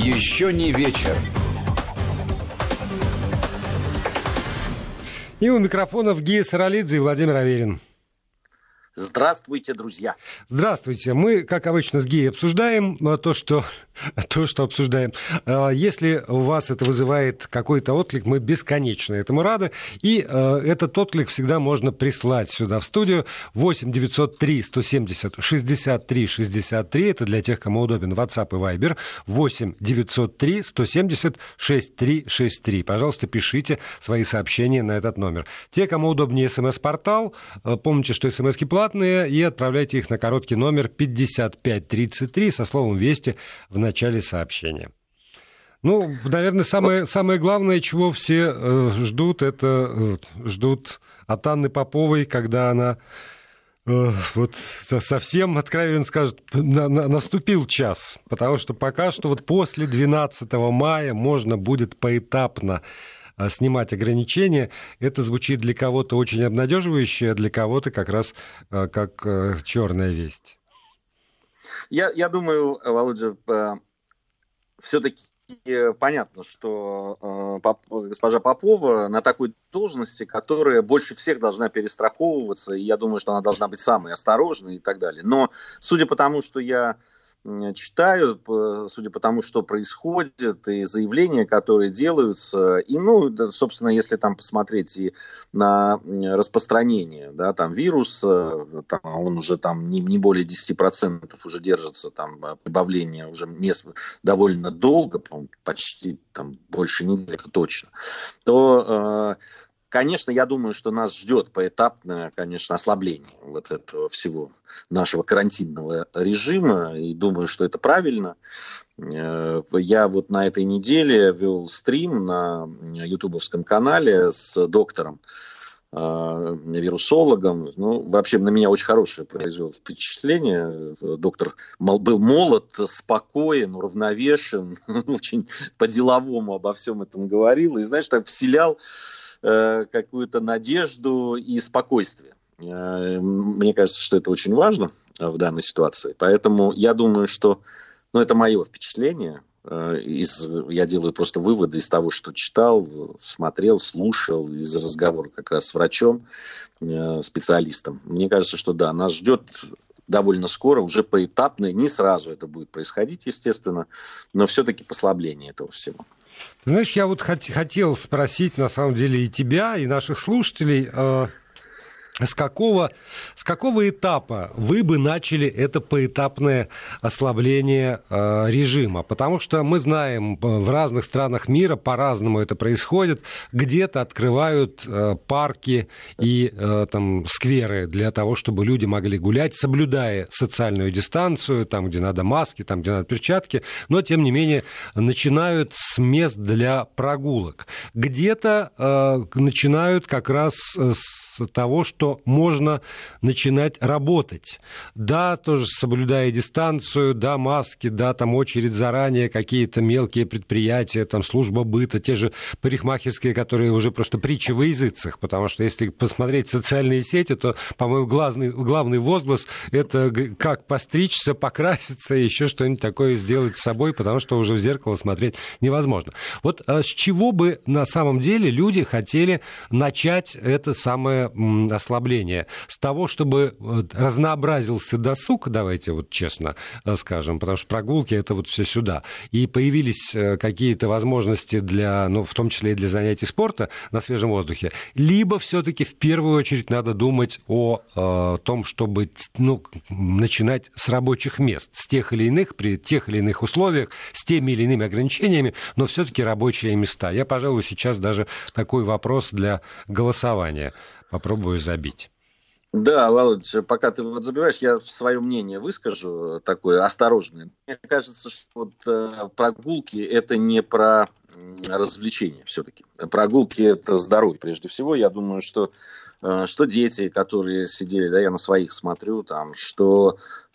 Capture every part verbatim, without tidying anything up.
Еще не вечер. И у микрофонов Гия Саралидзе и Владимир Аверин. Здравствуйте, друзья. Здравствуйте. Мы, как обычно, с Гией обсуждаем то, что, то, что обсуждаем. Если у вас это вызывает какой-то отклик, мы бесконечно этому рады. И этот отклик всегда можно прислать сюда в студию. восемь девятьсот три сто семьдесят шестьдесят три шестьдесят три. Это для тех, кому удобен WhatsApp и Viber. восемь девятьсот три сто семьдесят шестьдесят три шестьдесят три. Пожалуйста, пишите свои сообщения на этот номер. Те, кому удобнее смс-портал, помните, что смс-ки платные, и отправляйте их на короткий номер пятьдесят пять тридцать три со словом «Вести» в начале сообщения. Ну, наверное, самое, самое главное, чего все э, ждут, это э, ждут от Анны Поповой, когда она э, вот совсем откровенно скажет, на, на, наступил час, потому что пока что вот после двенадцатого мая можно будет поэтапно снимать ограничения. Это звучит для кого-то очень обнадеживающе, а для кого-то как раз как черная весть. Я, я думаю, Володя, все-таки понятно, что госпожа Попова на такой должности, которая больше всех должна перестраховываться, и я думаю, что она должна быть самой осторожной и так далее. Но судя по тому, что я читаю, судя по тому, что происходит, и заявления, которые делаются, и, ну, собственно, если там посмотреть и на распространение, да, там, вируса, там, он уже там не, не более десять процентов уже держится, там, прибавление уже мест довольно долго, почти там больше недели, это точно, то... Э, Конечно, я думаю, что нас ждет поэтапное, конечно, ослабление вот этого всего нашего карантинного режима, и думаю, что это правильно. Я вот на этой неделе вел стрим на ютубовском канале с доктором, вирусологом. Ну, вообще на меня очень хорошее произвело впечатление. Доктор был молод, спокоен, уравновешен, очень по-деловому обо всем этом говорил, и, знаешь, так вселял какую-то надежду и спокойствие. Мне кажется, что это очень важно в данной ситуации. Поэтому я думаю, что, ну, это мое впечатление. Из, я делаю просто выводы из того, что читал, смотрел, слушал, из разговора как раз с врачом, специалистом. Мне кажется, что да, нас ждет довольно скоро, уже поэтапно, не сразу это будет происходить, естественно, но все-таки послабление этого всего. Знаешь, я вот хот- хотел спросить, на самом деле, и тебя, и наших слушателей, э, с какого, с какого этапа вы бы начали это поэтапное ослабление э, режима? Потому что мы знаем, в разных странах мира по-разному это происходит. Где-то открывают э, парки и э, там, скверы для того, чтобы люди могли гулять, соблюдая социальную дистанцию, там, где надо маски, там, где надо перчатки, но, тем не менее, начинают с мест для прогулок. Где-то э, начинают как раз с того, что можно начинать работать. Да, тоже соблюдая дистанцию, да, маски, да, там очередь заранее, какие-то мелкие предприятия, там служба быта, те же парикмахерские, которые уже просто притча во языцах, потому что если посмотреть социальные сети, то, по-моему, главный, главный возглас – это как постричься, покраситься, еще что-нибудь такое сделать с собой, потому что уже в зеркало смотреть невозможно. Вот с чего бы на самом деле люди хотели начать это самое ослабление? С того, чтобы разнообразился досуг, давайте вот честно скажем, потому что прогулки — это вот все сюда, и появились какие-то возможности для, ну, в том числе и для занятий спорта на свежем воздухе, либо все-таки в первую очередь надо думать о, о том, чтобы, ну, начинать с рабочих мест, с тех или иных, при тех или иных условиях, с теми или иными ограничениями, но все-таки рабочие места. Я, пожалуй, сейчас даже такой вопрос для голосования попробую забить. Да, Володь, пока ты вот забиваешь, я свое мнение выскажу, такое осторожное. Мне кажется, что вот, э, прогулки – это не про развлечения все-таки. Прогулки – это здоровье прежде всего. Я думаю, что что дети, которые сидели, да, я на своих смотрю, там, что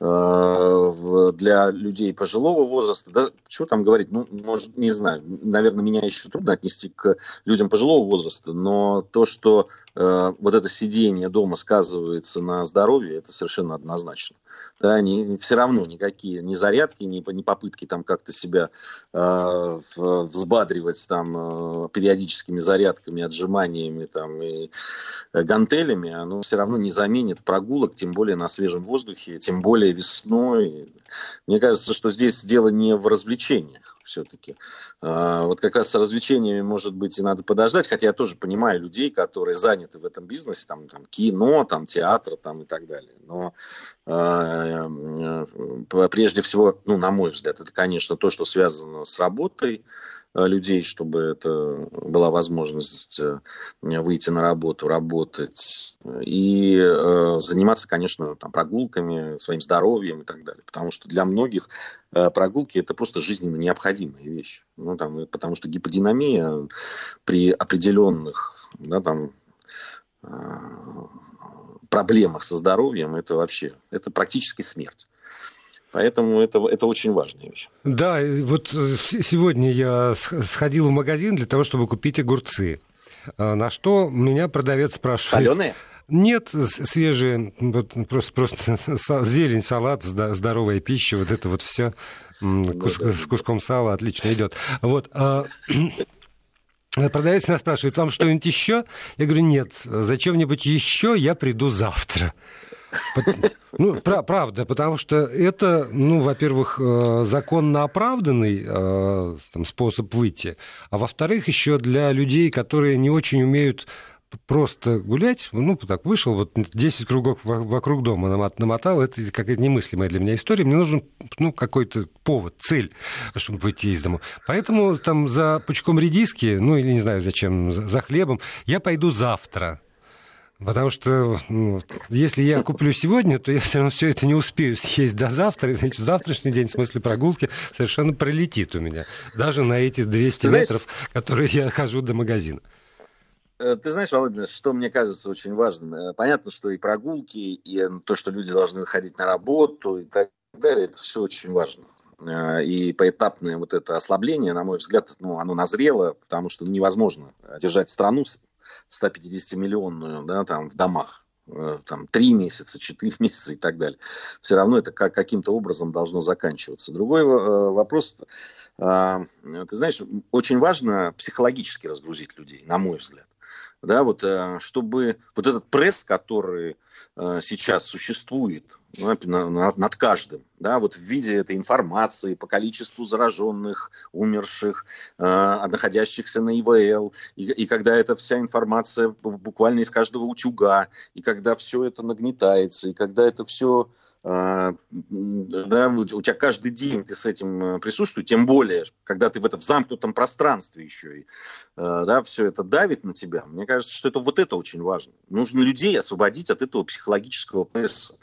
э, для людей пожилого возраста, да, что там говорить, ну, может, не знаю, наверное, меня еще трудно отнести к людям пожилого возраста, но то, что э, вот это сидение дома сказывается на здоровье, это совершенно однозначно. Да, не, все равно никакие ни зарядки, ни, ни попытки там как-то себя э, взбадривать там э, периодическими зарядками, отжиманиями там и гантелями, оно все равно не заменит прогулок, тем более на свежем воздухе, тем более весной. Мне кажется, что здесь дело не в развлечениях все-таки. А, вот как раз с развлечениями, может быть, и надо подождать, хотя я тоже понимаю людей, которые заняты в этом бизнесе, там, там кино, там, театр там, и так далее. Но а, а, прежде всего, ну, на мой взгляд, это, конечно, то, что связано с работой людей, чтобы это была возможность выйти на работу, работать и э, заниматься, конечно, там, прогулками, своим здоровьем и так далее. Потому что для многих э, прогулки это просто жизненно необходимая вещь. Ну, там, потому что гиподинамия при определенных, да, там, э, проблемах со здоровьем это вообще, это практически смерть. Поэтому это, это очень важная вещь. Да, вот сегодня я сходил в магазин для того, чтобы купить огурцы. На что меня продавец спрашивает... Соленые? Нет, свежие, вот просто, просто зелень, салат, здоровая пища, вот это вот все кус, да, да. с куском сала отлично идет. Вот. Продавец меня спрашивает, вам что-нибудь еще? Я говорю, нет, зачем-нибудь еще, я приду завтра. Ну, правда, потому что это, ну, во-первых, законно оправданный там, способ выйти, а во-вторых, еще для людей, которые не очень умеют просто гулять, ну, так вышел, вот десять кругов вокруг дома намотал, это какая-то немыслимая для меня история, мне нужен, ну, какой-то повод, цель, чтобы выйти из дома. Поэтому там за пучком редиски, ну, или не знаю зачем, за хлебом, я пойду завтра. Потому что ну, если я куплю сегодня, то я все равно все это не успею съесть до завтра, и, значит, завтрашний день в смысле прогулки совершенно пролетит у меня. Даже на эти двести метров, которые я хожу до магазина. Ты знаешь, Володя, что мне кажется очень важным? Понятно, что и прогулки, и то, что люди должны выходить на работу и так далее, это все очень важно. И поэтапное вот это ослабление, на мой взгляд, ну, оно назрело, потому что невозможно держать страну сто пятидесятимиллионную, да, там, в домах, там, три месяца, четыре месяца и так далее. Все равно это как, каким-то образом должно заканчиваться. Другой э, вопрос, э, ты знаешь, очень важно психологически разгрузить людей, на мой взгляд. Да, вот, э, чтобы вот этот пресс, который э, сейчас существует ну, над, над каждым, да, вот в виде этой информации по количеству зараженных, умерших, э, находящихся на ИВЛ, и, и когда эта вся информация буквально из каждого утюга, и когда все это нагнетается, и когда это все, э, да, у тебя каждый день ты с этим присутствуешь, тем более, когда ты в этом замкнутом пространстве еще, и, э, да, все это давит на тебя, мне кажется, что это вот это очень важно. Нужно людей освободить от этого психологического пресса.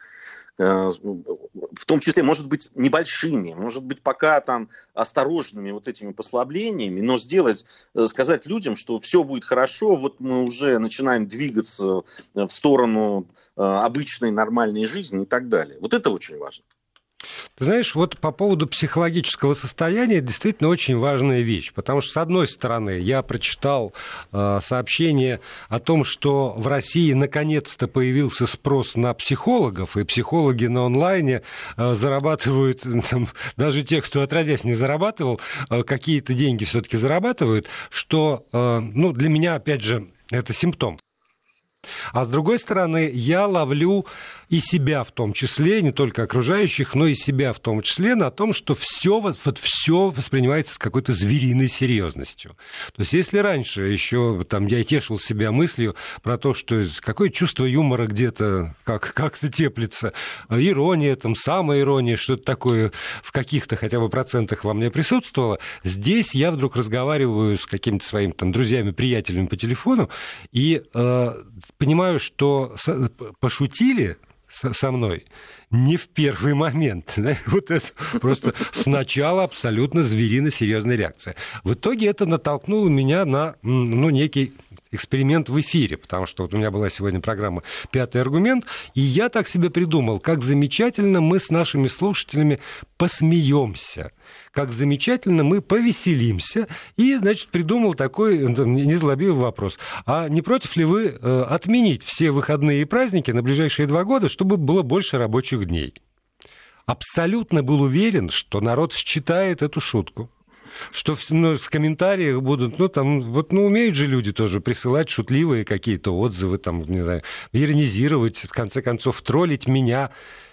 В том числе, может быть, небольшими, может быть, пока там осторожными вот этими послаблениями, но сделать, сказать людям, что все будет хорошо, вот мы уже начинаем двигаться в сторону обычной нормальной жизни и так далее. Вот это очень важно. Ты знаешь, вот по поводу психологического состояния действительно очень важная вещь, потому что, с одной стороны, я прочитал э, сообщение о том, что в России наконец-то появился спрос на психологов, и психологи на онлайне э, зарабатывают, там, даже те, кто отродясь не зарабатывал, э, какие-то деньги все-таки зарабатывают, что, э, ну, для меня, опять же, это симптом. А с другой стороны, я ловлю и себя в том числе, не только окружающих, но и себя в том числе, на том, что все, вот, все воспринимается с какой-то звериной серьезностью. То есть если раньше еще там, я тешил себя мыслью про то, что какое чувство юмора где-то как, как-то теплится, ирония, там, самоирония, что-то такое в каких-то хотя бы процентах во мне присутствовало, здесь я вдруг разговариваю с какими-то своими там, друзьями, приятелями по телефону и э, понимаю, что пошутили со мной не в первый момент. Да? Вот это просто сначала абсолютно зверино-серьезная реакция. В итоге это натолкнуло меня на ну, некий эксперимент в эфире, потому что вот у меня была сегодня программа «Пятый аргумент», и я так себе придумал, как замечательно мы с нашими слушателями посмеемся, как замечательно мы повеселимся, и, значит, придумал такой незлобивый вопрос. А не против ли вы э, отменить все выходные и праздники на ближайшие два года, чтобы было больше рабочих дней? Абсолютно был уверен, что народ считает эту шутку, что в, ну, в комментариях будут, ну, там, вот, ну, умеют же люди тоже присылать шутливые какие-то отзывы, там, не знаю, иронизировать, в конце концов, троллить меня.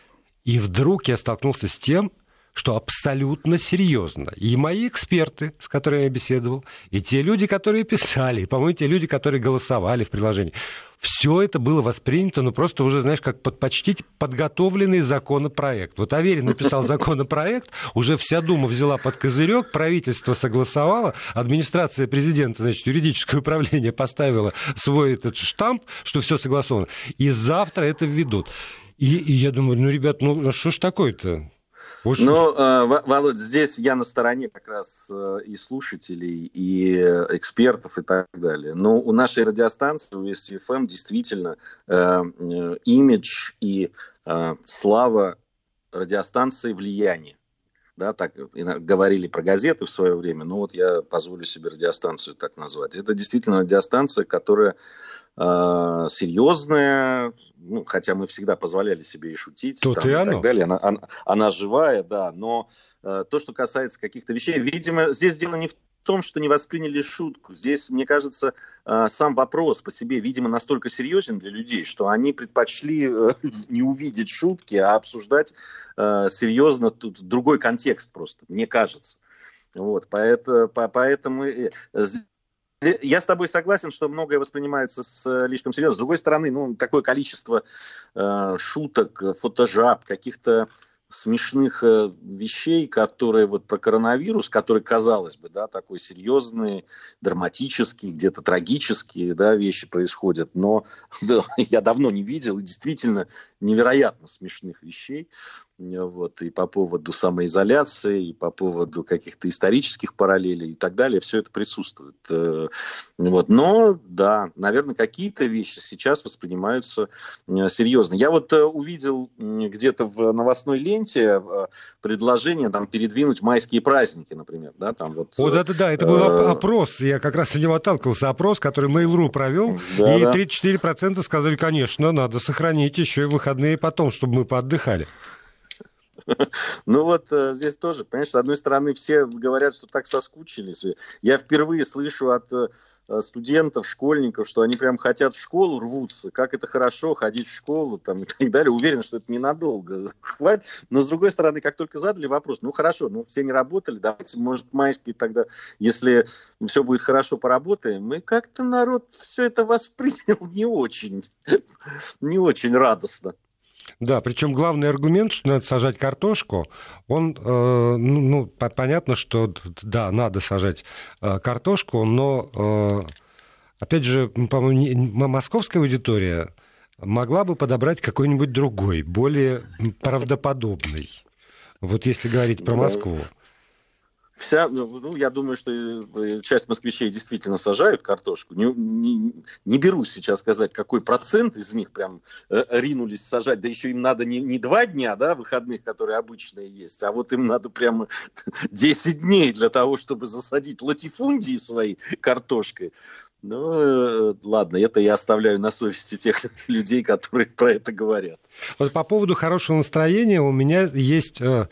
И вдруг я столкнулся с тем, что абсолютно серьезно. И мои эксперты, с которыми я беседовал, и те люди, которые писали, и, по-моему, те люди, которые голосовали в приложении, все это было воспринято, ну, просто уже, знаешь, как под, почти подготовленный законопроект. Вот Аверин написал законопроект, уже вся Дума взяла под козырек, правительство согласовало, администрация президента, значит, юридическое управление поставило свой этот штамп, что все согласовано, и завтра это введут. И, и я думаю, ну, ребят, ну, что ж такое-то? Очень... Ну, Володь, здесь я на стороне как раз и слушателей, и экспертов, и так далее. Но у нашей радиостанции, у Вести эф эм, действительно э, имидж и э, слава радиостанции влияние. Да, так говорили про газеты в свое время, но вот я позволю себе радиостанцию так назвать. Это действительно радиостанция, которая э, серьезная, ну, хотя мы всегда позволяли себе и шутить там, и, и так далее. Она, она, она живая, да, но э, то, что касается каких-то вещей, видимо, здесь дело не в том, что не восприняли шутку. Здесь, мне кажется, э, сам вопрос по себе, видимо, настолько серьезен для людей, что они предпочли э, не увидеть шутки, а обсуждать э, серьезно тут другой контекст просто, мне кажется. Вот, поэтому, поэтому э, я с тобой согласен, что многое воспринимается слишком серьезно. С другой стороны, ну, такое количество э, шуток, фотожаб, каких-то смешных э, вещей, которые вот про коронавирус, которые, казалось бы, да, такой серьезные, драматические, где-то трагические, да, вещи происходят, но да, я давно не видел, и действительно невероятно смешных вещей, вот, и по поводу самоизоляции, и по поводу каких-то исторических параллелей и так далее, все это присутствует. Вот. Но, да, наверное, какие-то вещи сейчас воспринимаются серьезно. Я вот увидел где-то в новостной ленте предложение там передвинуть майские праздники, например, да, там вот. О, да, да, да, это был опрос, я как раз от него отталкивался, опрос, который Mail.ru провел, да, и тридцать четыре процента сказали, конечно, надо сохранить еще и выходные потом, чтобы мы поотдыхали. Ну вот здесь тоже, понимаешь, с одной стороны все говорят, что так соскучились. Я впервые слышу от студентов, школьников, что они прям хотят в школу, рвутся, как это хорошо ходить в школу там, и так далее. Уверен, что это ненадолго хватит. Но с другой стороны, как только задали вопрос, ну хорошо, ну все не работали, давайте, может, майские тогда, если все будет хорошо, поработаем. И как-то народ все это воспринял не очень, не очень радостно. Да, причем главный аргумент, что надо сажать картошку, он, э, ну, ну, понятно, что да, надо сажать э, картошку, но, э, опять же, по-моему, московская аудитория могла бы подобрать какой-нибудь другой, более правдоподобный. Вот если говорить про Москву. Вся, ну, я думаю, что часть москвичей действительно сажают картошку. Не, не, не берусь сейчас сказать, какой процент из них прям э, ринулись сажать. Да еще им надо не, не два дня, да, выходных, которые обычные есть, а вот им надо прямо десять дней для того, чтобы засадить латифундии свои картошкой. Ну, ладно, это я оставляю на совести тех людей, которые про это говорят. Вот по поводу хорошего настроения у меня есть э,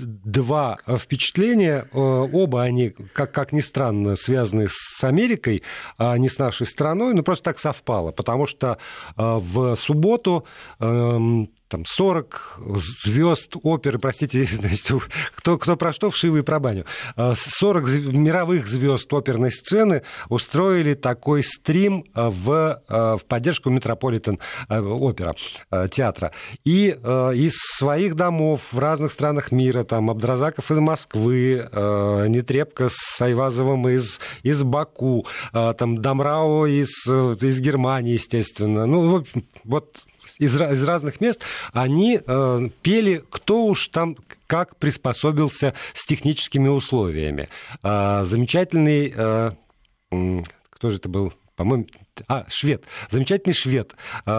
два впечатления. Э, оба они, как, как ни странно, связаны с Америкой, а не с нашей страной. Но просто так совпало, потому что э, в субботу... Э, там сорок звезд оперы, простите, значит, кто, кто про что, вшивый про баню. сорок мировых звезд оперной сцены устроили такой стрим в, в поддержку Метрополитен опера театра. И из своих домов в разных странах мира, там Абдразаков из Москвы, Нетребко с Айвазовым из, из Баку, там Дамрао из, из Германии, естественно. Ну, вот... вот Из, из разных мест, они э, пели, кто уж там как приспособился с техническими условиями. Э, замечательный, э, кто же это был, по-моему, а, швед, замечательный швед,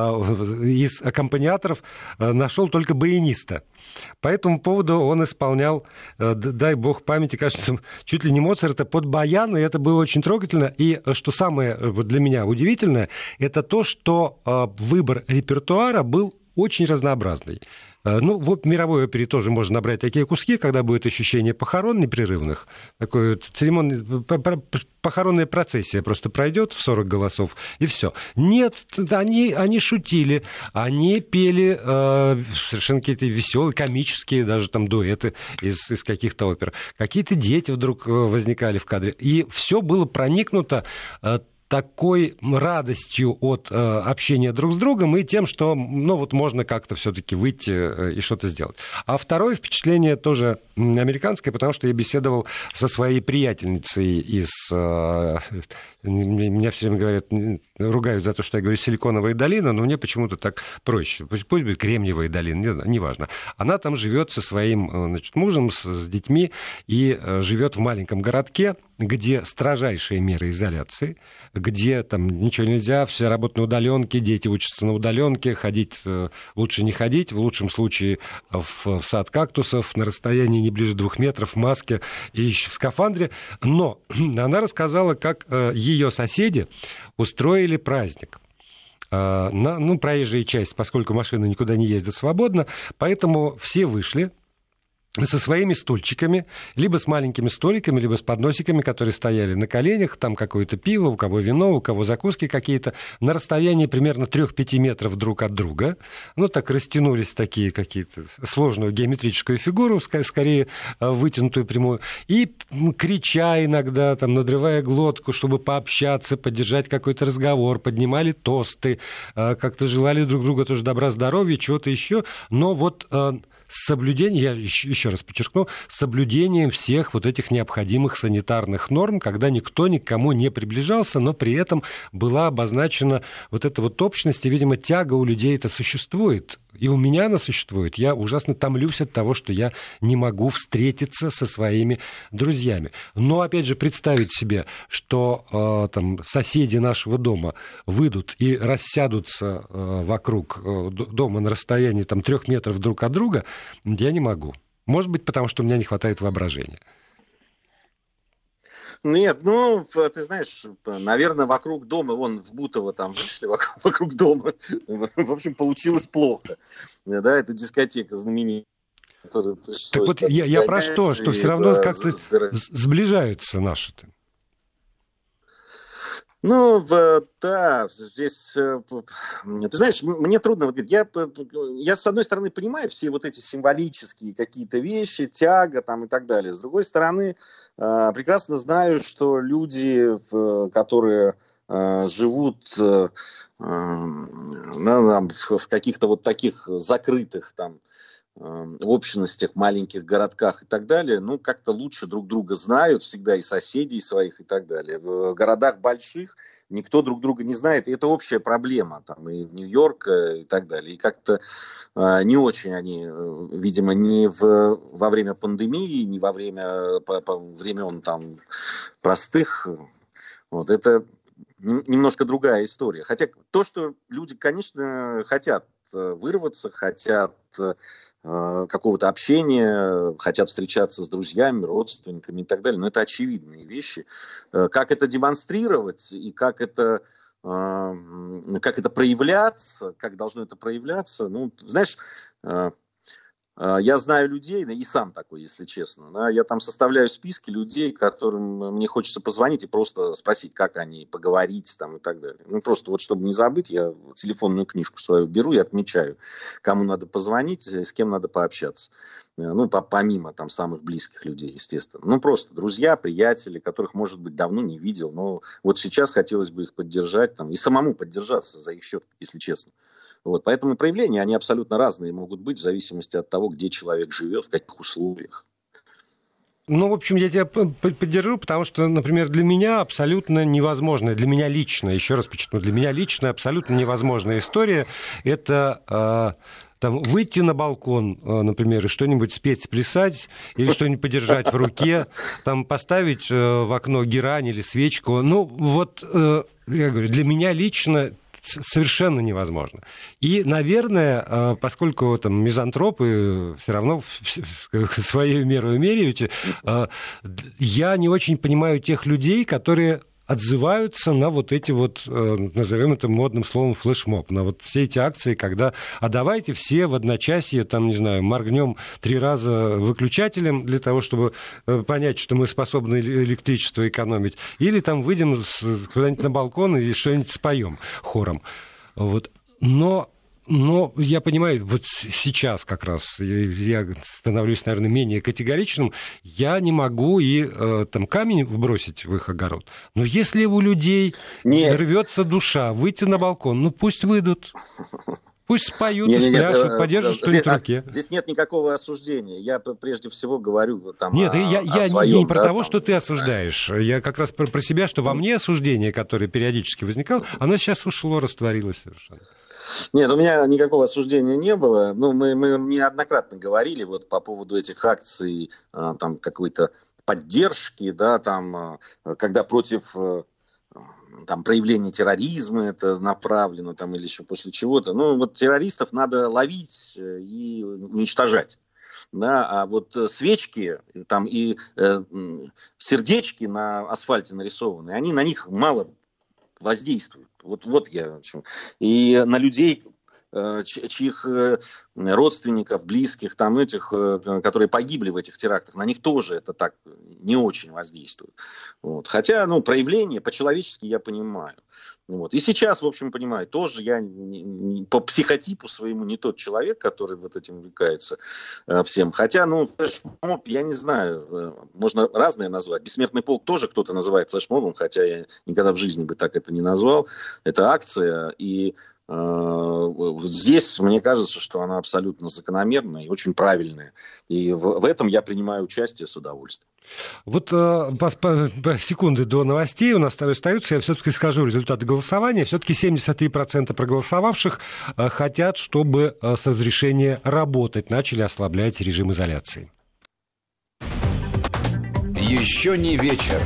из аккомпаниаторов нашел только баяниста. По этому поводу он исполнял, дай бог памяти, кажется, чуть ли не Моцарта под баян, и это было очень трогательно. И что самое для меня удивительное, это то, что выбор репертуара был очень разнообразный. Ну, в мировой опере тоже можно набрать такие куски, когда будет ощущение похорон непрерывных. Такой вот церемонный, похоронная процессия просто пройдет в сорок голосов, и все. Нет, они, они шутили, они пели э, совершенно какие-то веселые, комические даже там дуэты из, из каких-то опер. Какие-то дети вдруг возникали в кадре. И все было проникнуто э, такой радостью от э, общения друг с другом и тем, что, ну, вот можно как-то все-таки выйти э, и что-то сделать. А второе впечатление тоже американское, потому что я беседовал со своей приятельницей из... Э, меня все время говорят, ругают за то, что я говорю «Силиконовая долина», но мне почему-то так проще. Пусть, пусть будет «Кремниевая долина», неважно. Она там живет со своим, значит, мужем, с, с детьми и э, живет в маленьком городке, где строжайшие меры изоляции, где там ничего нельзя, все работают на удаленке, дети учатся на удаленке, ходить э, лучше не ходить, в лучшем случае в, в сад кактусов на расстоянии не ближе двух метров, в маске и еще в скафандре. Но она рассказала, как э, ее соседи устроили праздник. Э, на, ну, проезжая часть, поскольку машины никуда не ездят свободно, поэтому все вышли со своими стульчиками, либо с маленькими столиками, либо с подносиками, которые стояли на коленях, там какое-то пиво, у кого вино, у кого закуски какие-то, на расстоянии примерно три-пять метров друг от друга. Ну, так растянулись такие какие-то сложную геометрическую фигуру, скорее вытянутую прямую, и крича иногда, там, надрывая глотку, чтобы пообщаться, поддержать какой-то разговор, поднимали тосты, как-то желали друг другу тоже добра, здоровья, чего-то еще, но вот... с соблюдением, я еще раз подчеркну, с соблюдением всех вот этих необходимых санитарных норм, когда никто никому не приближался, но при этом была обозначена вот эта вот общность, и, видимо, тяга у людей это существует. И у меня она существует. Я ужасно томлюсь от того, что я не могу встретиться со своими друзьями. Но, опять же, представить себе, что э, там, соседи нашего дома выйдут и рассядутся э, вокруг э, дома на расстоянии там, трех метров друг от друга, я не могу. Может быть, потому что у меня не хватает воображения. Нет, ну, ты знаешь, наверное, вокруг дома, вон в Бутово там вышли, вокруг, вокруг дома, в общем, получилось плохо. Да, это дискотека знаменитая. Так вот, я, я про что? Что все равно да, как-то сближаются наши-то. Ну, да, здесь, ты знаешь, мне трудно, я, я с одной стороны понимаю все вот эти символические какие-то вещи, тяга там и так далее. С другой стороны, прекрасно знаю, что люди, которые живут в каких-то вот таких закрытых там в общностях, маленьких городках и так далее, ну, как-то лучше друг друга знают всегда и соседей своих и так далее. В городах больших никто друг друга не знает, и это общая проблема, там, и в Нью-Йорке и так далее. И как-то э, не очень они, э, видимо, не в, во время пандемии, не во время по, по времен там простых, вот, это немножко другая история. Хотя то, что люди, конечно, хотят вырваться, хотят какого-то общения, хотят встречаться с друзьями, родственниками и так далее. Но это очевидные вещи. Как это демонстрировать и как это, как это проявляться, как должно это проявляться, ну, знаешь, я знаю людей, и сам такой, если честно. Да, я там составляю списки людей, которым мне хочется позвонить и просто спросить, как они, поговорить там и так далее. Ну, просто вот, чтобы не забыть, я телефонную книжку свою беру и отмечаю, кому надо позвонить, с кем надо пообщаться. Ну, помимо там самых близких людей, естественно. Ну, просто друзья, приятели, которых, может быть, давно не видел. Но вот сейчас хотелось бы их поддержать там, и самому поддержаться за их счет, если честно. Вот, поэтому проявления, они абсолютно разные могут быть в зависимости от того, где человек живет, в каких условиях. Ну, в общем, я тебя поддержу, потому что, например, для меня абсолютно невозможная, для меня лично, еще раз подчеркну, для меня лично абсолютно невозможная история – это там, выйти на балкон, например, и что-нибудь спеть, сплясать, или что-нибудь подержать в руке, там, поставить в окно герань или свечку. Ну, вот, я говорю, для меня лично совершенно невозможно. И, наверное, поскольку там мизантропы все равно свою меру меряете, я не очень понимаю тех людей, которые отзываются на вот эти вот, назовем это модным словом, флешмоб, на вот все эти акции, когда, а давайте все в одночасье, там, не знаю, моргнем три раза выключателем для того, чтобы понять, что мы способны электричество экономить, или там выйдем куда-нибудь на балкон и что-нибудь споем хором. Вот. Но... Но я понимаю, вот сейчас как раз я становлюсь, наверное, менее категоричным. Я не могу и э, там камень вбросить в их огород. Но если у людей Нет. рвется душа, выйти на балкон, ну пусть выйдут. Пусть споют и спляшут, подержат что-нибудь в руке. Здесь нет никакого осуждения. Я прежде всего говорю там Нет, о, я, о я своем, не про да, того, там... что ты осуждаешь. Я как раз про, про себя, что во мне осуждение, которое периодически возникало, оно сейчас ушло, растворилось совершенно. Нет, у меня никакого осуждения не было. Ну, мы, мы неоднократно говорили вот по поводу этих акций, там, какой-то поддержки, да, там, когда против там, проявления терроризма это направлено, там, или еще после чего-то. Ну, вот террористов надо ловить и уничтожать. Да, а вот свечки там, и э, сердечки на асфальте нарисованы, они на них мало воздействуют. Вот, вот я о чем. И на людей, чьих родственников, близких, там, этих, которые погибли в этих терактах, на них тоже это так не очень воздействует. Вот. Хотя, ну, проявление по-человечески я понимаю. Вот. И сейчас, в общем, понимаю, тоже я не, не, по психотипу своему не тот человек, который вот этим увлекается э, всем. Хотя, ну, флешмоб, я не знаю, э, можно разное назвать. Бессмертный полк тоже кто-то называет флешмобом, хотя я никогда в жизни бы так это не назвал. Это акция, и здесь, мне кажется, что она абсолютно закономерная и очень правильная. И в, в этом я принимаю участие с удовольствием. Вот э, по, по, по секунды до новостей у нас остаются. Я все-таки скажу результаты голосования. Все-таки семьдесят три процента проголосовавших э, хотят, чтобы э, с разрешения работать начали ослаблять режим изоляции. Еще не вечер.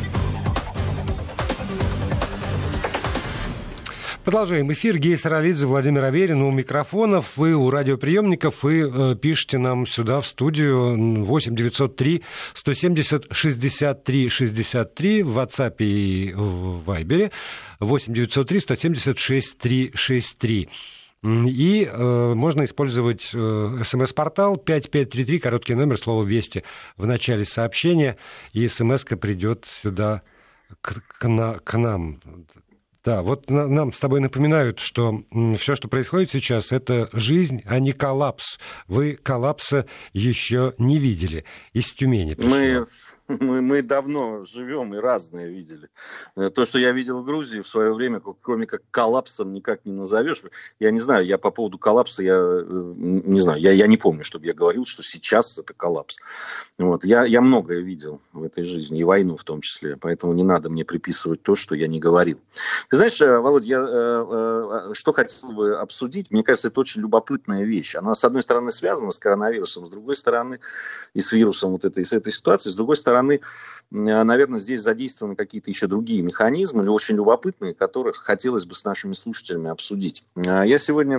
Продолжаем эфир. Гея Саралидзе, Владимир Аверин у микрофонов. Вы у радиоприемников. Вы э, пишите нам сюда в студию восемь девятьсот три сто семьдесят шестьдесят три шестьдесят три в WhatsApp и в Viber восемь девятьсот три сто семьдесят шестьдесят три шестьдесят три. И э, можно использовать э, смс-портал пять пять три три, короткий номер, слово «Вести» в начале сообщения, и смс-ка придет сюда к, к, на, к нам. Да, вот нам с тобой напоминают, что все, что происходит сейчас, это жизнь, а не коллапс. Вы коллапса еще не видели. Из Тюмени пришло. Мы... Мы, мы давно живем и разное видели. То, что я видел в Грузии в свое время, кроме как коллапсом, никак не назовешь. Я не знаю, я по поводу коллапса, я не знаю, я, я не помню, чтобы я говорил, что сейчас это коллапс. Вот. Я, я многое видел в этой жизни, и войну в том числе, поэтому не надо мне приписывать то, что я не говорил. Ты знаешь, Володь, я э, э, что хотел бы обсудить, мне кажется, это очень любопытная вещь. Она, с одной стороны, связана с коронавирусом, с другой стороны, и с вирусом вот этой, с этой ситуации, с другой стороны, наверное, здесь задействованы какие-то еще другие механизмы, очень любопытные, которых хотелось бы с нашими слушателями обсудить. Я сегодня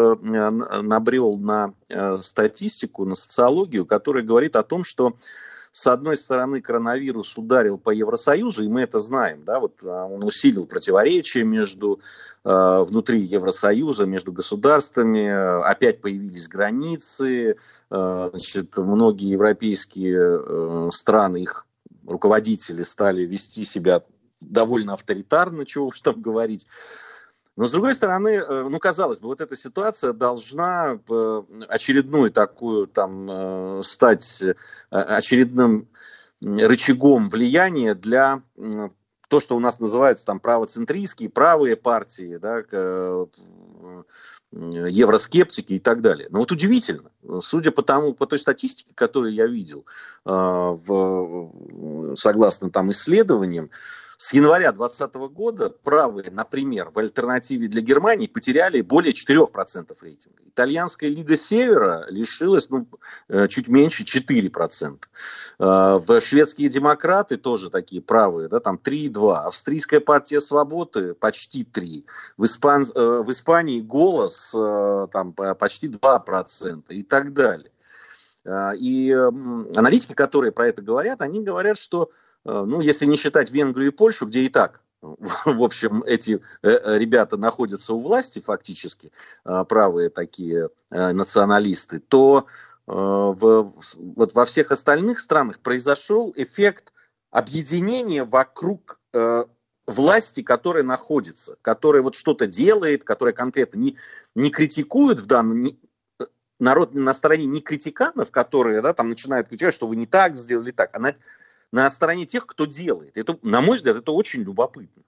набрел на статистику, на социологию, которая говорит о том, что с одной стороны, коронавирус ударил по Евросоюзу, и мы это знаем, да, вот он усилил противоречия между э, внутри Евросоюза, между государствами, опять появились границы, э, значит, многие европейские э, страны, их руководители стали вести себя довольно авторитарно, чего уж там говорить. Но, с другой стороны, ну, казалось бы, вот эта ситуация должна очередную такую, там, стать очередным рычагом влияния для то, что у нас называется там правоцентристские, правые партии, да, евроскептики и так далее. Но вот удивительно, судя по тому, по той статистике, которую я видел, в, согласно там исследованиям, С января двадцатого года правые, например, в альтернативе для Германии потеряли более четыре процента рейтинга. Итальянская Лига Севера лишилась ну, чуть меньше четыре процента. В шведские демократы тоже такие правые, да, там три целых два процента. Австрийская партия свободы почти три процента. В, Испан... в Испании Голос там, почти два процента и так далее. И аналитики, которые про это говорят, они говорят, что ну, если не считать Венгрию и Польшу, где и так, в общем, эти ребята находятся у власти фактически, правые такие националисты, то в, вот во всех остальных странах произошел эффект объединения вокруг власти, которая находится, которая вот что-то делает, которая конкретно не, не критикует в данном... Не, народ на стороне не критиканов, которые да, там начинают кричать, что вы не так сделали, так, а на, на стороне тех, кто делает. Это, на мой взгляд, это очень любопытно.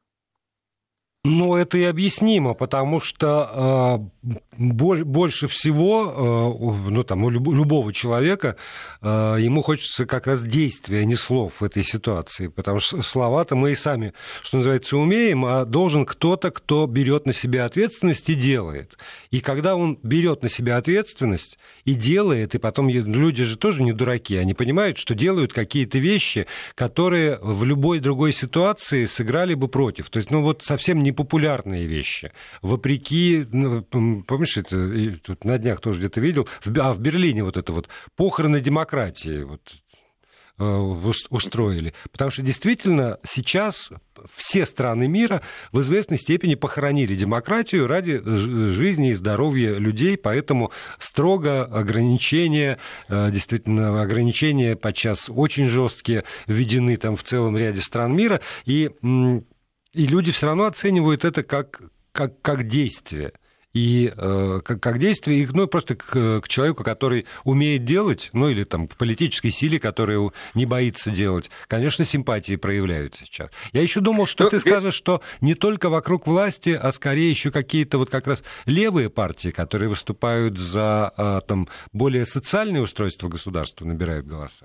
Ну, это и объяснимо, потому что э, больше всего, э, ну, там, у любого человека, э, ему хочется как раз действия, а не слов в этой ситуации, потому что слова-то мы и сами, что называется, умеем, а должен кто-то, кто берет на себя ответственность и делает. И когда он берет на себя ответственность и делает, и потом люди же тоже не дураки, они понимают, что делают какие-то вещи, которые в любой другой ситуации сыграли бы против. То есть, ну, вот совсем не популярные вещи. Вопреки, ну, помнишь, это тут на днях тоже где-то видел, в, а в Берлине вот это вот похороны демократии вот, э, устроили. Потому что действительно сейчас все страны мира в известной степени похоронили демократию ради жизни и здоровья людей, поэтому строго ограничения, э, действительно ограничения подчас очень жесткие введены там в целом ряде стран мира, и И люди все равно оценивают это как, как, как действие. И э, как, как действие, ну, просто к, к человеку, который умеет делать, ну, или там, к политической силе, которая не боится делать, конечно, симпатии проявляются сейчас. Я еще думал, что Но ты здесь... скажешь, что не только вокруг власти, а скорее еще какие-то вот как раз левые партии, которые выступают за э, там, более социальное устройство государства, набирают голоса.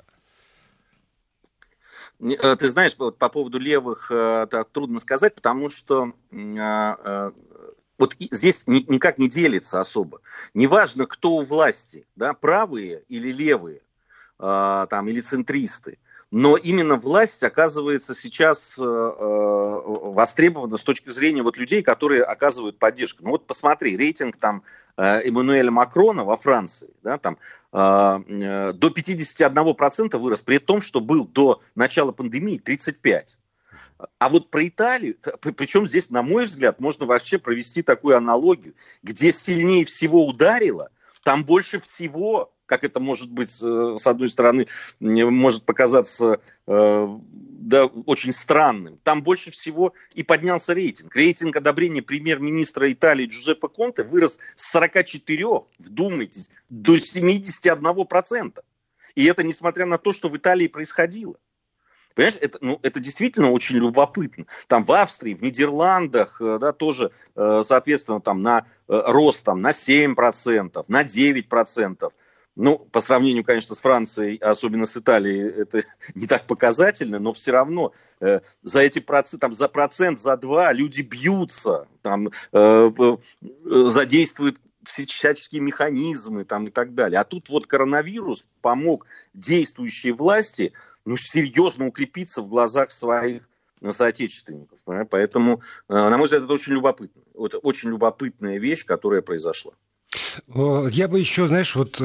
Ты знаешь, по поводу левых так трудно сказать, потому что вот здесь никак не делится особо. Неважно, кто у власти, да, правые или левые, там, или центристы, но именно власть оказывается сейчас востребована с точки зрения вот людей, которые оказывают поддержку. Ну вот посмотри, рейтинг там Эммануэля Макрона во Франции, да, там, э, до пятьдесят один процент вырос, при том, что был до начала пандемии тридцать пять процентов. А вот про Италию, причем здесь, на мой взгляд, можно вообще провести такую аналогию, где сильнее всего ударило, там больше всего, как это может быть, с одной стороны, может показаться да, очень странным, там больше всего и поднялся рейтинг. Рейтинг одобрения премьер-министра Италии Джузеппе Конте вырос с сорока четырёх, вдумайтесь, до семидесяти одного процента. И это несмотря на то, что в Италии происходило. Понимаешь, это, ну, это действительно очень любопытно. Там в Австрии, в Нидерландах, да, тоже, соответственно, там на рост там, на семь процентов, на девять процентов. Ну, по сравнению, конечно, с Францией, особенно с Италией, это не так показательно, но все равно э, за эти процент, там, за процент, за два люди бьются, там, э, э, задействуют всяческие механизмы там, и так далее. А тут вот коронавирус помог действующей власти ну, серьезно укрепиться в глазах своих соотечественников. Да? Поэтому, э, на мой взгляд, это очень любопытно. Это очень любопытная вещь, которая произошла. Я бы еще, знаешь, вот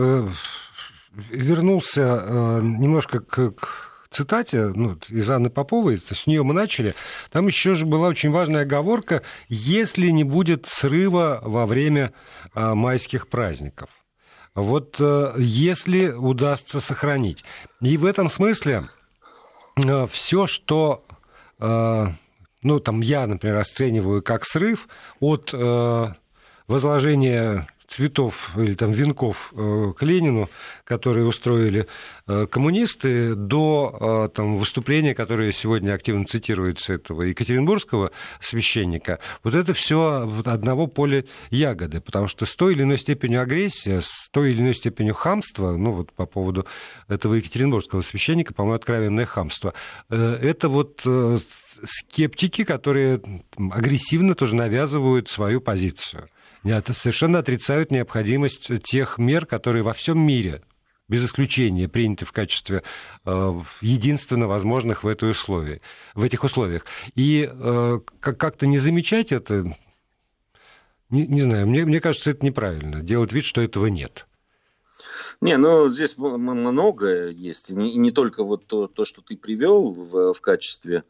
вернулся немножко к, к цитате ну, из Анны Поповой, с нее мы начали. Там еще же была очень важная оговорка, если не будет срыва во время майских праздников. Вот если удастся сохранить. И в этом смысле все, что ну, там, я, например, расцениваю как срыв от возложения цветов или там венков к Ленину, которые устроили коммунисты, до там, выступления, которое сегодня активно цитируется, этого екатеринбургского священника, вот это все одного поля ягоды, потому что с той или иной степенью агрессии, с той или иной степенью хамства, ну вот по поводу этого екатеринбургского священника, по-моему, откровенное хамство, это вот скептики, которые агрессивно тоже навязывают свою позицию. Совершенно отрицают необходимость тех мер, которые во всем мире, без исключения, приняты в качестве э, единственно возможных в, этой условии, в этих условиях. И э, как-то не замечать это, не, не знаю, мне, мне кажется, это неправильно, делать вид, что этого нет. Не, ну здесь многое есть, и не, и не только вот то, то, что ты привел в, в качестве...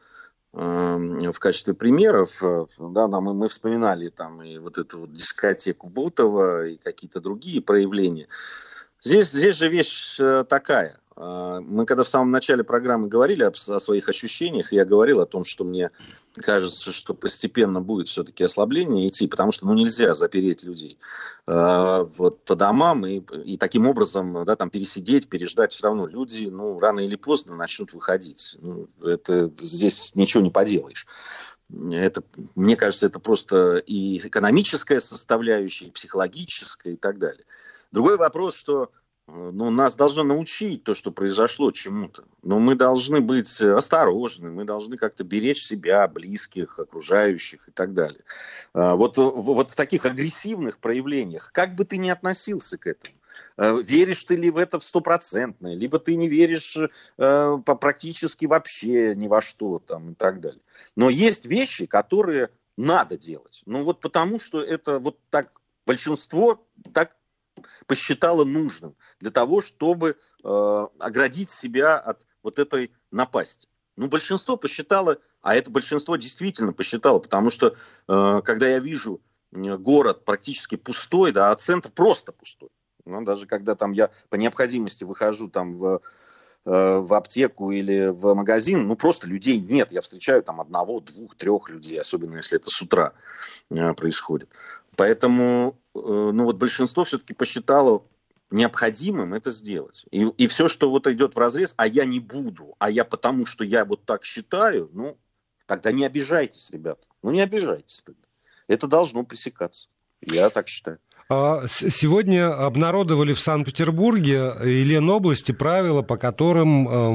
в качестве примеров, да, мы, мы вспоминали там и вот эту вот дискотеку Бутова и какие-то другие проявления. Здесь, здесь же вещь такая. Мы когда в самом начале программы говорили о, о своих ощущениях, я говорил о том, что мне кажется, что постепенно будет все-таки ослабление идти, потому что ну, нельзя запереть людей э, вот, по домам и, и таким образом да, там, пересидеть, переждать. Все равно люди ну, рано или поздно начнут выходить. Ну, это, здесь ничего не поделаешь. Это, мне кажется, это просто и экономическая составляющая, и психологическая и так далее. Другой вопрос, что ну, нас должно научить то, что произошло чему-то. Но мы должны быть осторожны, мы должны как-то беречь себя, близких, окружающих и так далее. Вот, вот в таких агрессивных проявлениях, как бы ты ни относился к этому, веришь ты ли в это в стопроцентное, либо ты не веришь э, практически вообще ни во что там, и так далее. Но есть вещи, которые надо делать. Ну вот потому, что это вот так большинство так посчитало нужным для того, чтобы э, оградить себя от вот этой напасти. Ну, большинство посчитало, а это большинство действительно посчитало, потому что, э, когда я вижу город практически пустой, да, а центр просто пустой, ну, даже когда там я по необходимости выхожу там в, э, в аптеку или в магазин, ну, просто людей нет, я встречаю там одного, двух, трех людей, особенно если это с утра э, происходит. Поэтому, ну вот большинство все-таки посчитало необходимым это сделать. И, и все, что вот идет вразрез, а я не буду, а я потому, что я вот так считаю, ну, тогда не обижайтесь, ребята. Ну, не обижайтесь тогда. Это должно пресекаться. Я так считаю. Сегодня обнародовали в Санкт-Петербурге и Ленобласти правила, по которым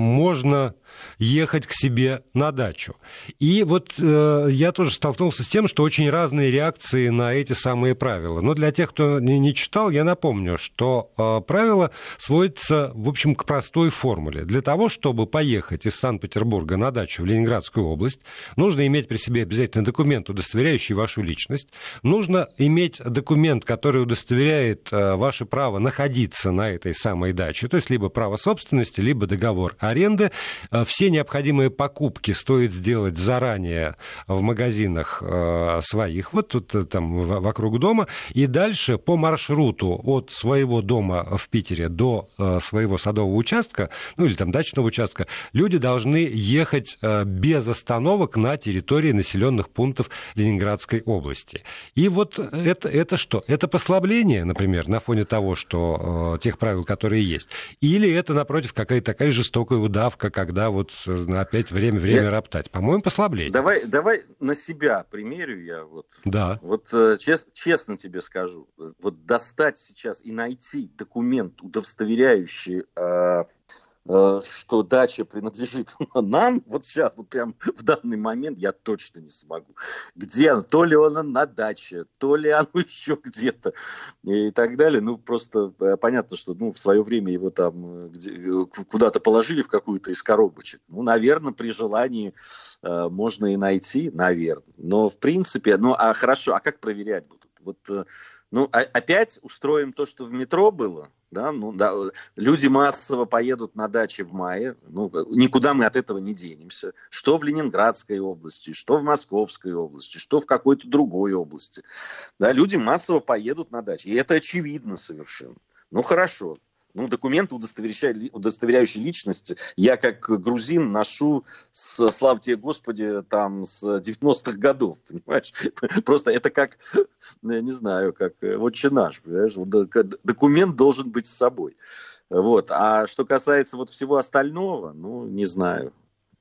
можно ехать к себе на дачу. И вот э, я тоже столкнулся с тем, что очень разные реакции на эти самые правила. Но для тех, кто не, не читал, я напомню, что э, правило сводится, в общем, к простой формуле. Для того, чтобы поехать из Санкт-Петербурга на дачу в Ленинградскую область, нужно иметь при себе обязательно документ, удостоверяющий вашу личность. Нужно иметь документ, который удостоверяет э, ваше право находиться на этой самой даче. То есть либо право собственности, либо договор аренды. Все необходимые покупки стоит сделать заранее в магазинах э, своих, вот тут там вокруг дома, и дальше по маршруту от своего дома в Питере до э, своего садового участка, ну или там дачного участка, люди должны ехать э, без остановок на территории населенных пунктов Ленинградской области. И вот это, это что? Это послабление, например, на фоне того, что э, тех правил, которые есть, или это, напротив, какая-то такая жестокая удавка, когда вот опять время, время я... роптать. По-моему, послабление. Давай, давай на себя примерю я. Вот, да. Вот чест, честно тебе скажу. Вот достать сейчас и найти документ, удостоверяющий, э, э, что дача принадлежит нам, вот сейчас, вот прям в данный момент я точно не смогу. Где она? То ли она на даче, то ли оно еще где-то и так далее. Ну, просто понятно, что ну, в свое время его там где, куда-то положили в какую-то из коробочек. Ну, наверное, при желании э, можно и найти, наверное. Но, в принципе, ну, а хорошо, а как проверять будут? Вот, э, ну, а, опять устроим то, что в метро было. Да, ну, да, люди массово поедут на дачи в мае, ну, никуда мы от этого не денемся. Что в Ленинградской области, что в Московской области, что в какой-то другой области. Да, люди массово поедут на дачи, и это очевидно совершенно. Ну, хорошо. Ну, документы, удостоверяющие, удостоверяющие личность, я как грузин ношу с, слава тебе Господи, там, с девяностых годов, понимаешь? Просто это как, я не знаю, как отче наш, понимаешь? Документ должен быть с собой. Вот. А что касается вот всего остального, ну, не знаю.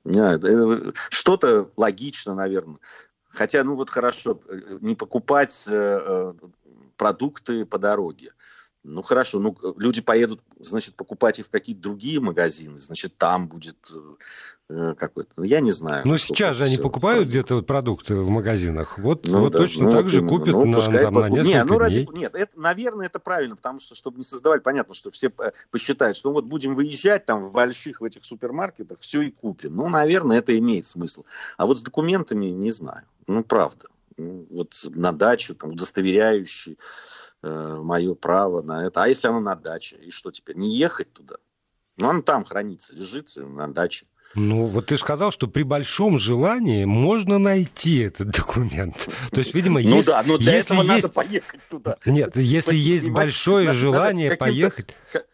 Что-то логично, наверное. Хотя, ну вот хорошо, не покупать продукты по дороге. Ну хорошо, ну люди поедут, значит, покупать их в какие-то другие магазины, значит, там будет э, какой-то, я не знаю. Но сейчас же они покупают где-то вот продукты в магазинах, вот, ну, вот да, точно ну, так вот же именно. купят ну, на, там, покуп... на несколько нет, ну, ради... дней. Нет, это, наверное, это правильно, потому что, чтобы не создавать, понятно, что все посчитают, что ну, вот будем выезжать там в больших в этих супермаркетах, все и купим. Ну, наверное, это имеет смысл. А вот с документами не знаю, ну, правда. Ну, вот на дачу, там, удостоверяющий мое право на это. А если оно на даче? И что теперь? Не ехать туда? Ну, оно там хранится, лежит на даче. Ну, вот ты сказал, что при большом желании можно найти этот документ. То есть, видимо, ну, если... да, но для если этого есть... надо поехать туда. Нет, если есть Понимаете? большое надо, желание надо поехать...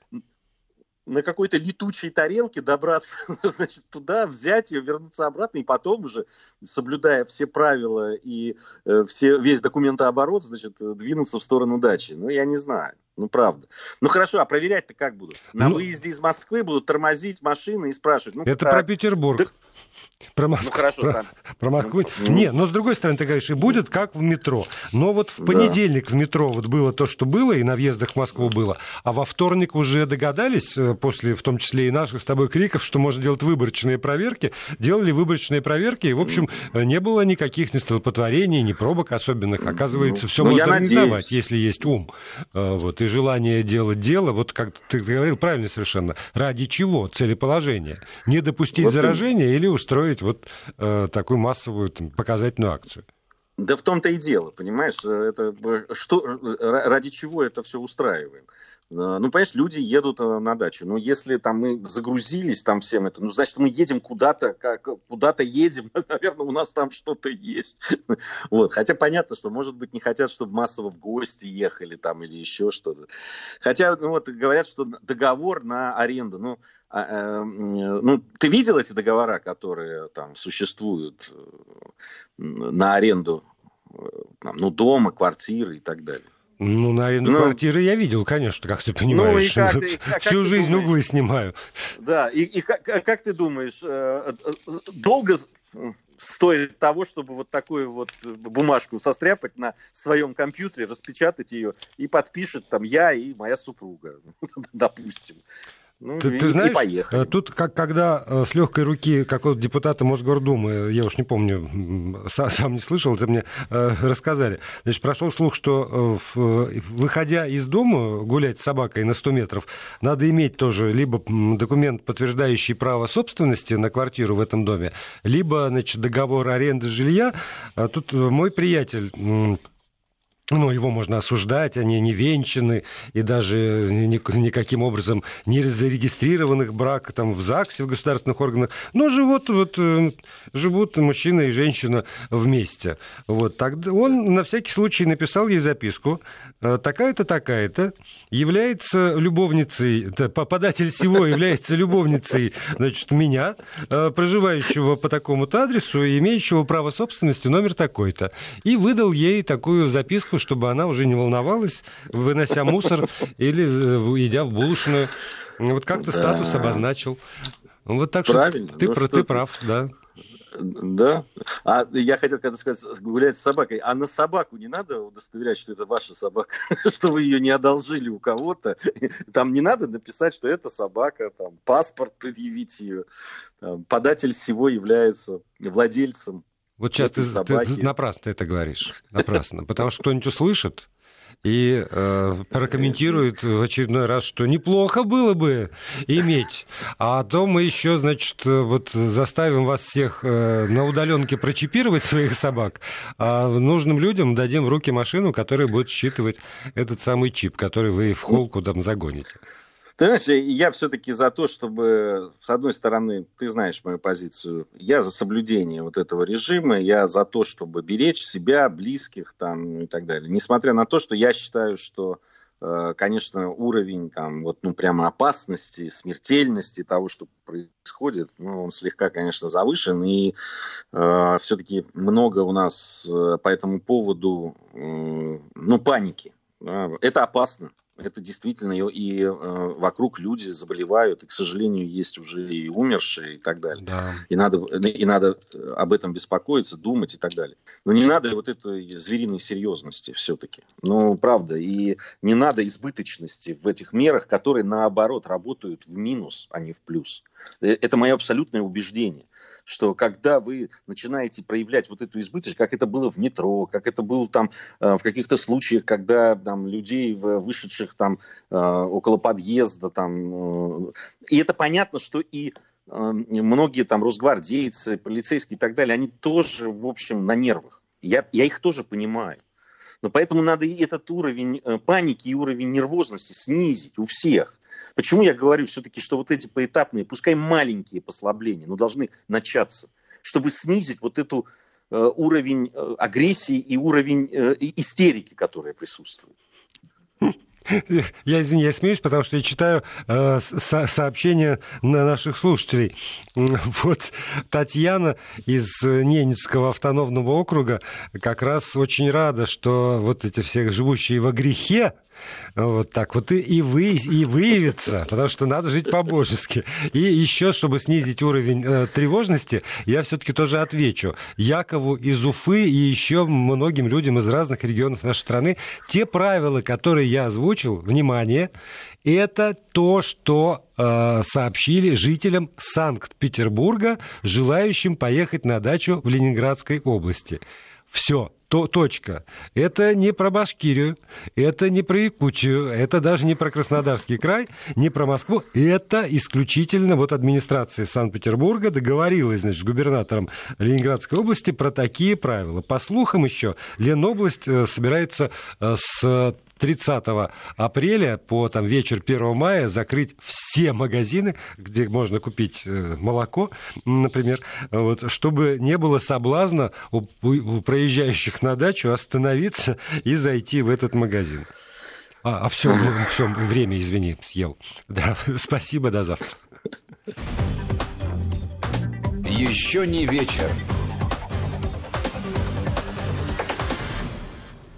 на какой-то летучей тарелке добраться, значит, туда, взять ее, вернуться обратно, и потом уже, соблюдая все правила и э, все, весь документооборот, значит, двинуться в сторону дачи. Ну, я не знаю. Ну, правда. Ну, хорошо, а проверять-то как будут? На ну, выезде из Москвы будут тормозить машины и спрашивать. Ну, это так, про Петербург. Да... Про, Моск... ну, хорошо, про... там. про Москву. Ну, не, но с другой стороны, ты говоришь, и будет как в метро. Но вот в понедельник да. в метро вот было то, что было, и на въездах в Москву было. А во вторник уже догадались, после, в том числе и наших с тобой криков, что можно делать выборочные проверки. Делали выборочные проверки, и, в общем, не было никаких ни столпотворений, ни пробок особенных. Оказывается, ну, все ну, можно организовать, если есть ум. Вот, и желание делать дело. Вот как ты говорил правильно совершенно. Ради чего? Целеположение. Не допустить вот заражения ты... или устроить вот э, такую массовую там, показательную акцию. Да в том-то и дело, понимаешь, это, что, ради чего это все устраиваем? Ну, понимаешь, люди едут на дачу, но если там мы загрузились там всем это, ну, значит, мы едем куда-то, как, куда-то едем, наверное, у нас там что-то есть. Вот. Хотя понятно, что, может быть, не хотят, чтобы массово в гости ехали там или еще что-то. Хотя, ну, вот говорят, что договор на аренду, ну, ну, ты видел эти договора, которые там существуют на аренду, ну, дома, квартиры и так далее? Ну, на аренду ну, квартиры я видел, конечно, как ты понимаешь. Ну, и как ты, как, Всю как жизнь думаешь, углы снимаю. Да, и, и как, как ты думаешь, долго стоит того, чтобы вот такую вот бумажку состряпать на своем компьютере, распечатать ее и подпишет там я и моя супруга, допустим. Ну, ты, и, ты знаешь, и поехали. Тут, как, когда с легкой руки какого-то депутата Мосгордумы, я уж не помню, сам, сам не слышал, это мне э, рассказали, значит, прошел слух, что э, выходя из дома гулять с собакой на сто метров, надо иметь тоже либо документ, подтверждающий право собственности на квартиру в этом доме, либо, значит, договор аренды жилья. А тут мой приятель... Ну, его можно осуждать, они не венчаны, и даже никаким образом не зарегистрированных брак там, в ЗАГСе, в государственных органах, но живут, вот, живут мужчина и женщина вместе. Вот, тогда он на всякий случай написал ей записку, такая-то, такая-то, является любовницей, податель всего является любовницей, значит, меня, проживающего по такому-то адресу, имеющего право собственности, номер такой-то. И выдал ей такую записку, чтобы она уже не волновалась, вынося мусор или идя в булочную. Вот как-то да. статус обозначил. Вот так Правильно. Что ты, ну, что ты прав, да. Да. А я хотел когда сказать, гулять с собакой. А на собаку не надо удостоверять, что это ваша собака, что вы ее не одолжили у кого-то. Там не надо написать, что это собака, там, паспорт предъявить ее. Там, податель всего является владельцем. Вот сейчас ты, ты напрасно это говоришь, напрасно, потому что кто-нибудь услышит и э, прокомментирует в очередной раз, что неплохо было бы иметь, а то мы еще, значит, вот заставим вас всех э, на удаленке прочипировать своих собак, а нужным людям дадим в руки машину, которая будет считывать этот самый чип, который вы в холку там загоните. Ты знаешь, я все-таки за то, чтобы, с одной стороны, ты знаешь мою позицию, я за соблюдение вот этого режима, я за то, чтобы беречь себя, близких там и так далее. Несмотря на то, что я считаю, что конечно, уровень там, вот, ну, прямо опасности, смертельности того, что происходит, ну, он слегка, конечно, завышен, и э, все-таки много у нас по этому поводу, э, ну, паники. Это опасно. Это действительно, и, и э, вокруг люди заболевают, и, к сожалению, есть уже и умершие, и так далее. Да. И, надо, и надо об этом беспокоиться, думать и так далее. Но не надо вот этой звериной серьезности все-таки. Ну, правда. И не надо избыточности в этих мерах, которые, наоборот, работают в минус, а не в плюс. Это мое абсолютное убеждение, что когда вы начинаете проявлять вот эту избыточность, как это было в метро, как это было там в каких-то случаях, когда там людей, вышедших там около подъезда, там, и это понятно, что и многие там росгвардейцы, полицейские и так далее, они тоже, в общем, на нервах. Я, я их тоже понимаю. Но поэтому надо и этот уровень паники и уровень нервозности снизить у всех. Почему я говорю все-таки, что вот эти поэтапные, пускай маленькие послабления, но должны начаться, чтобы снизить вот эту э, уровень э, агрессии и уровень э, истерики, которая присутствует. Я, извини, я смеюсь, потому что я читаю э, со- сообщения на наших слушателей. Вот Татьяна из Ненецкого автономного округа как раз очень рада, что вот эти все живущие во грехе, вот так вот и, и, вы, и выявится, потому что надо жить по-божески. И еще, чтобы снизить уровень э, тревожности, я все-таки тоже отвечу Якову из Уфы и еще многим людям из разных регионов нашей страны. Те правила, которые я озвучил, внимание, это то, что э, сообщили жителям Санкт-Петербурга, желающим поехать на дачу в Ленинградской области. Все. То, точка. Это не про Башкирию, это не про Якутию, это даже не про Краснодарский край, не про Москву. Это исключительно вот администрация Санкт-Петербурга договорилась, значит, с губернатором Ленинградской области про такие правила. По слухам еще, Ленобласть собирается с тридцатого апреля по там, вечер первого мая закрыть все магазины, где можно купить молоко, например, вот, чтобы не было соблазна у, у проезжающих на дачу остановиться и зайти в этот магазин. А, а все, все, время, извини, съел. Да, спасибо, до завтра. Еще не вечер.